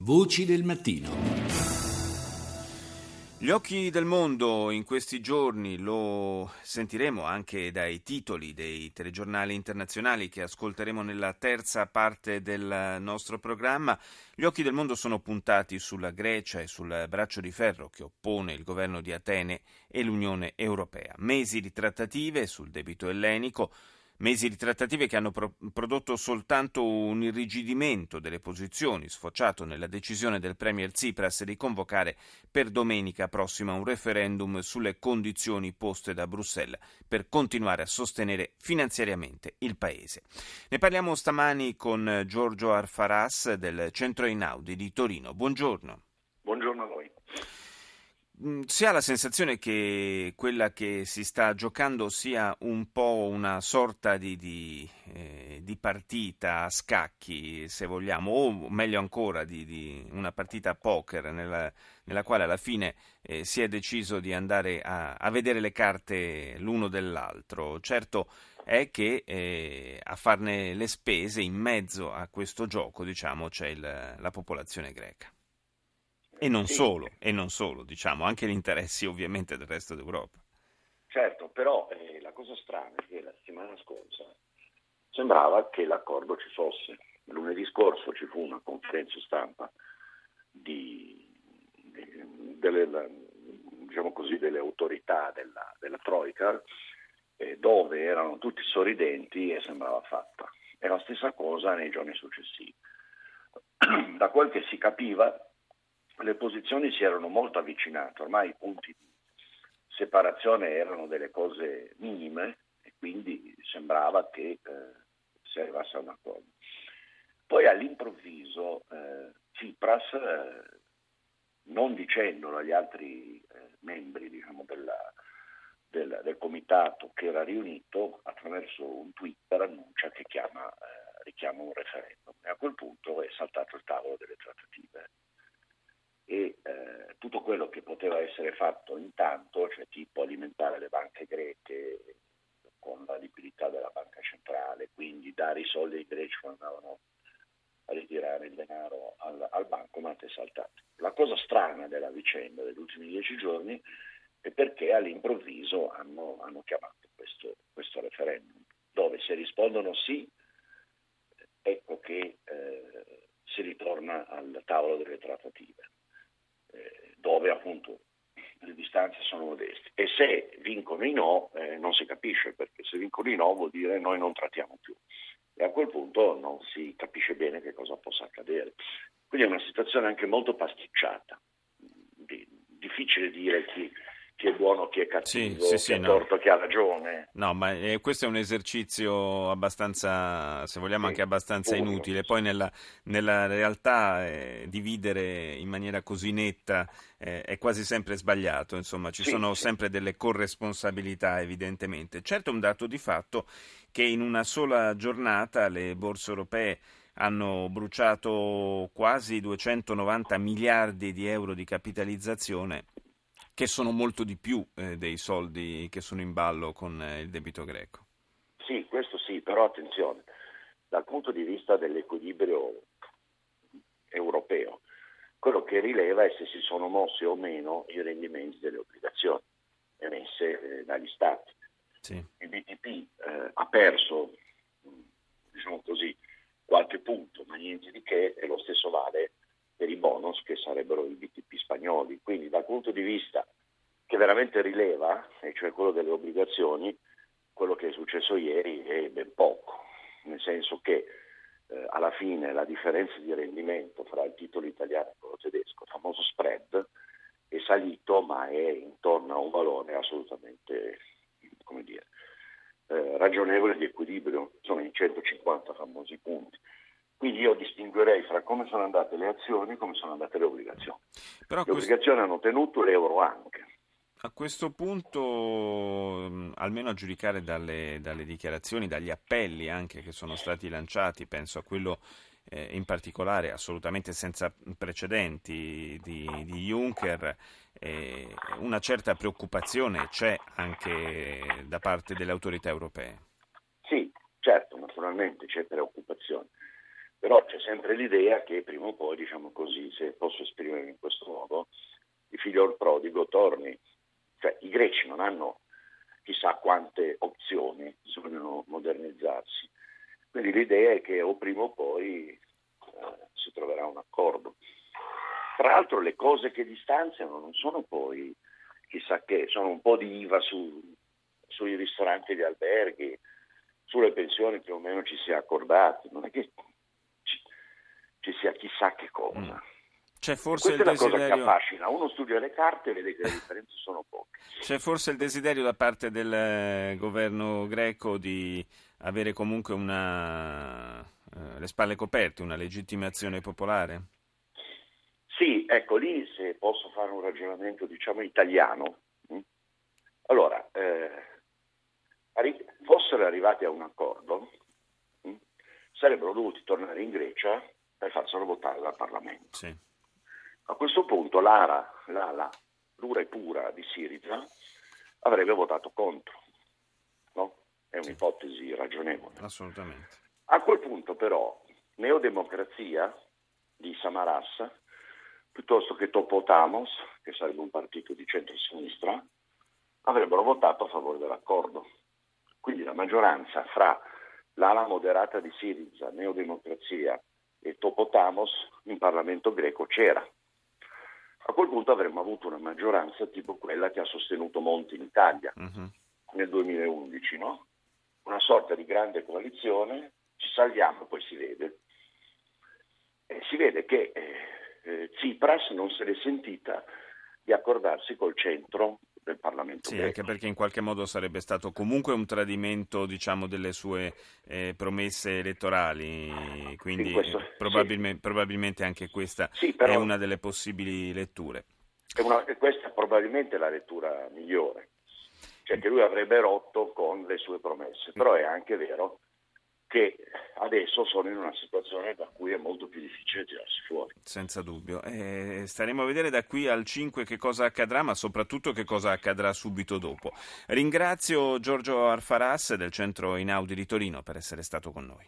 Voci del mattino. Gli occhi del mondo in questi giorni lo sentiremo anche dai titoli dei telegiornali internazionali che ascolteremo nella terza parte del nostro programma. Gli occhi del mondo sono puntati sulla Grecia e sul braccio di ferro che oppone il governo di Atene e l'Unione Europea. Mesi di trattative sul debito ellenico. Mesi di trattative che hanno prodotto soltanto un irrigidimento delle posizioni, sfociato nella decisione del premier Tsipras di convocare per domenica prossima un referendum sulle condizioni poste da Bruxelles per continuare a sostenere finanziariamente il paese. Ne parliamo stamani con Giorgio Arfaras del Centro Einaudi di Torino. Buongiorno. Buongiorno a voi. Si ha la sensazione che quella che si sta giocando sia un po' una sorta di partita a scacchi, se vogliamo, o meglio ancora di una partita a poker nella quale alla fine si è deciso di andare a vedere le carte l'uno dell'altro. Certo è che a farne le spese in mezzo a questo gioco, diciamo, c'è la popolazione greca. E non solo, diciamo, anche gli interessi ovviamente del resto d'Europa. Certo, però la cosa strana è che la settimana scorsa sembrava che l'accordo ci fosse. Lunedì scorso ci fu una conferenza stampa delle autorità della Troika, dove erano tutti sorridenti e sembrava fatta. E la stessa cosa nei giorni successivi. Da quel che si capiva, le posizioni si erano molto avvicinate, ormai i punti di separazione erano delle cose minime e quindi sembrava che si arrivasse a un accordo. Poi all'improvviso Tsipras, non dicendolo agli altri membri del comitato che era riunito, attraverso un Twitter annuncia che richiama un referendum e a quel punto è saltato il tavolo delle trattative. E tutto quello che poteva essere fatto intanto, cioè tipo alimentare le banche greche con la liquidità della banca centrale, quindi dare i soldi ai greci quando andavano a ritirare il denaro al bancomat, è saltato. La cosa strana della vicenda degli ultimi 10 giorni è perché all'improvviso hanno chiamato questo referendum, dove se rispondono sì, ecco che si ritorna al tavolo delle trattative, dove appunto le distanze sono modeste, e se vincono i no non si capisce, perché se vincono i no vuol dire noi non trattiamo più e a quel punto non si capisce bene che cosa possa accadere. Quindi è una situazione anche molto pasticciata, difficile dire chi è buono, chi è cattivo, chi ha torto, chi ha ragione. No, ma questo è un esercizio abbastanza, se vogliamo, anche abbastanza inutile. Poi nella realtà dividere in maniera così netta è quasi sempre sbagliato, insomma, ci sono sempre delle corresponsabilità, evidentemente. Certo è un dato di fatto che in una sola giornata le borse europee hanno bruciato quasi 290 miliardi di euro di capitalizzazione, che sono molto di più dei soldi che sono in ballo con il debito greco. Sì, questo sì, però attenzione, dal punto di vista dell'equilibrio europeo, quello che rileva è se si sono mossi o meno i rendimenti delle obbligazioni emesse dagli Stati. Sì. Il BTP ha perso, diciamo così, qualche punto, ma niente di che, e lo stesso vale per i bonus che sarebbero i BTP spagnoli. Quindi dal punto di vista che veramente rileva, e cioè quello delle obbligazioni, quello che è successo ieri è ben poco, nel senso che alla fine la differenza di rendimento fra il titolo italiano e quello tedesco, il famoso spread, è salito, ma è intorno a un valore assolutamente, come dire, ragionevole di equilibrio, sono i 150 famosi punti. Quindi io distinguerei fra come sono andate le azioni e come sono andate le obbligazioni. Però le obbligazioni hanno tenuto, l'euro anche. A questo punto, almeno a giudicare dalle dichiarazioni, dagli appelli anche che sono stati lanciati, penso a quello in particolare assolutamente senza precedenti di Juncker, una certa preoccupazione c'è anche da parte delle autorità europee. Sì, certo, naturalmente c'è preoccupazione. Però c'è sempre l'idea che prima o poi, diciamo così, se posso esprimermi in questo modo, il figlio prodigo torni. Cioè i greci non hanno chissà quante opzioni se vogliono modernizzarsi. Quindi l'idea è che o prima o poi si troverà un accordo. Tra l'altro le cose che distanziano non sono poi chissà che, sono un po' di IVA sui ristoranti e gli alberghi, sulle pensioni più o meno ci si è accordati, non è che ci sia chissà che cosa. C'è E forse questa il è la cosa che desiderio... affascina, uno studia le carte e vede che le differenze sono poche. C'è forse il desiderio da parte del governo greco di avere comunque le spalle coperte, una legittimazione popolare? Sì, ecco lì se posso fare un ragionamento diciamo italiano, allora fossero arrivati a un accordo, sarebbero dovuti tornare in Grecia per farselo votare dal Parlamento. Sì. A questo punto l'ala dura e pura di Siriza avrebbe votato contro, no? È un'ipotesi ragionevole. Assolutamente. A quel punto però Neodemocrazia di Samaras piuttosto che Topotamos, che sarebbe un partito di centro-sinistra, avrebbero votato a favore dell'accordo. Quindi la maggioranza fra l'ala moderata di Siriza, Neodemocrazia e Topotamos in Parlamento greco c'era. A quel punto avremmo avuto una maggioranza tipo quella che ha sostenuto Monti in Italia nel 2011, no? Una sorta di grande coalizione, ci salviamo, poi si vede. Si vede che Tsipras non se l'è sentita di accordarsi col centro del Parlamento Sì, greco. anche perché in qualche modo sarebbe stato comunque un tradimento, diciamo, delle sue promesse elettorali, quindi Questo, probabilmente anche questa sì, però è una delle possibili letture. Questa è probabilmente la lettura migliore, cioè che lui avrebbe rotto con le sue promesse, però è anche vero che adesso sono in una situazione da cui è molto più difficile tirarsi fuori. Senza dubbio. Staremo a vedere da qui al 5 che cosa accadrà, ma soprattutto che cosa accadrà subito dopo. Ringrazio Giorgio Arfaras del Centro Einaudi di Torino per essere stato con noi.